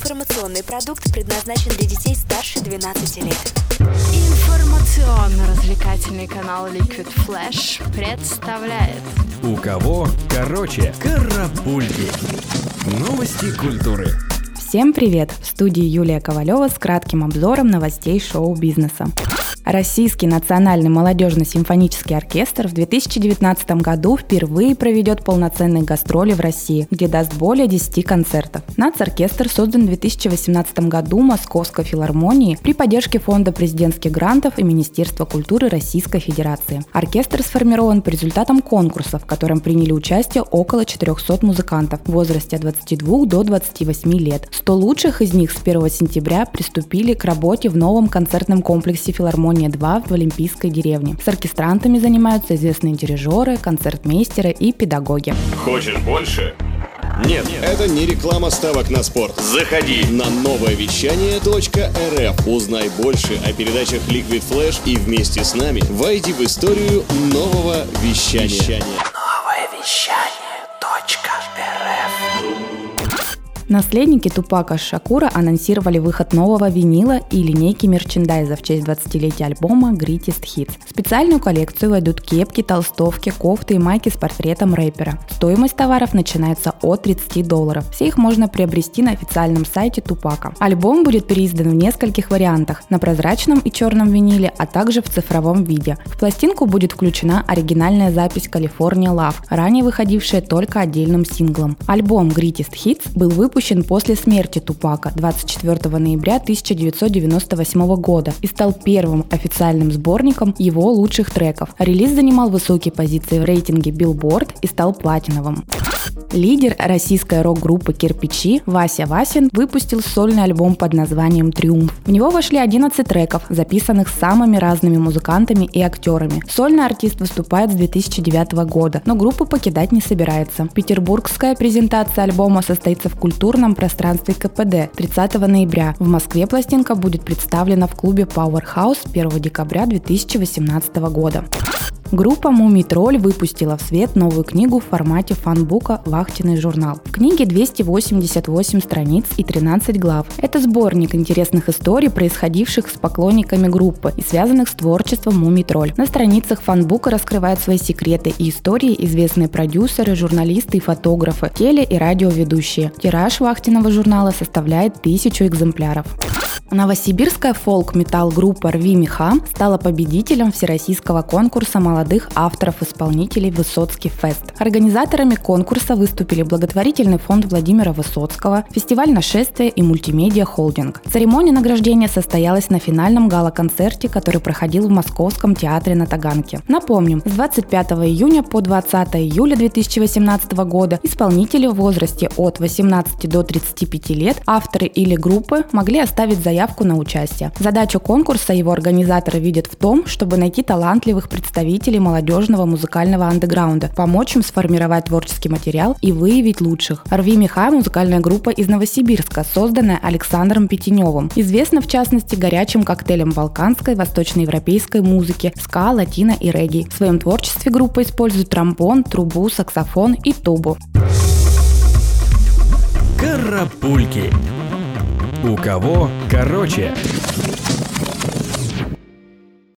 Информационный продукт предназначен для детей старше 12 лет. Информационно-развлекательный канал Liquid Flash представляет «У кого короче?» Карапульки. Новости культуры. Всем привет! В студии Юлия Ковалева с кратким обзором новостей шоу-бизнеса. Российский национальный молодежно-симфонический оркестр в 2019 году впервые проведет полноценные гастроли в России, где даст более 10 концертов. Нацоркестр создан в 2018 году Московской филармонией при поддержке Фонда президентских грантов и Министерства культуры Российской Федерации. Оркестр сформирован по результатам конкурса, в котором приняли участие около 400 музыкантов в возрасте от 22 до 28 лет. 100 лучших из них с 1 сентября приступили к работе в новом концертном комплексе «Филармония-2» в Олимпийской деревне. С оркестрантами занимаются известные дирижеры, концертмейстеры и педагоги. Хочешь больше? Нет, это не реклама ставок на спорт. Заходи на нововещание.рф. Узнай больше о передачах Liquid Flash и вместе с нами войди в историю нового вещания. Наследники Тупака Шакура анонсировали выход нового винила и линейки мерчендайза в честь 20-летия альбома Greatest Hits. В специальную коллекцию войдут кепки, толстовки, кофты и майки с портретом рэпера. Стоимость товаров начинается от $30. Все их можно приобрести на официальном сайте Тупака. Альбом будет переиздан в нескольких вариантах: на прозрачном и черном виниле, а также в цифровом виде. В пластинку будет включена оригинальная запись California Love, ранее выходившая только отдельным синглом. Альбом Greatest Hits был выпущен после смерти Тупака 24 ноября 1998 года и стал первым официальным сборником его лучших треков. Релиз занимал высокие позиции в рейтинге Billboard и стал платиновым. Лидер российской рок-группы «Кирпичи» Вася Васин выпустил сольный альбом под названием «Триумф». В него вошли 11 треков, записанных самыми разными музыкантами и актерами. Сольный артист выступает с 2009 года, но группу покидать не собирается. Петербургская презентация альбома состоится в культурном пространстве КПД 30 ноября. В Москве пластинка будет представлена в клубе Powerhouse 1 декабря 2018 года. Группа «Мумий Тролль» выпустила в свет новую книгу в формате фанбука «Вахтенный журнал». В книге 288 страниц и 13 глав. Это сборник интересных историй, происходивших с поклонниками группы и связанных с творчеством «Мумий Тролль». На страницах фанбука раскрывают свои секреты и истории известные продюсеры, журналисты и фотографы, теле- и радиоведущие. Тираж «Вахтенного журнала» составляет 1000 экземпляров. Новосибирская фолк-метал-группа «Рви Меха» стала победителем всероссийского конкурса молодых авторов-исполнителей «Высоцкий фест». Организаторами конкурса выступили благотворительный фонд Владимира Высоцкого, фестиваль «Нашествие» и мультимедиа холдинг. Церемония награждения состоялась на финальном гала-концерте, который проходил в Московском театре на Таганке. Напомним, с 25 июня по 20 июля 2018 года исполнители в возрасте от 18 до 35 лет, авторы или группы могли оставить заявку на участие. Задачу конкурса его организаторы видят в том, чтобы найти талантливых представителей молодежного музыкального андеграунда, помочь им сформировать творческий материал и выявить лучших. «Рви Меха» – музыкальная группа из Новосибирска, созданная Александром Петеневым. Известна в частности горячим коктейлем балканской, восточноевропейской музыки, ска, латино и регги. В своем творчестве группа использует тромбон, трубу, саксофон и тубу. Карапульки. У кого короче?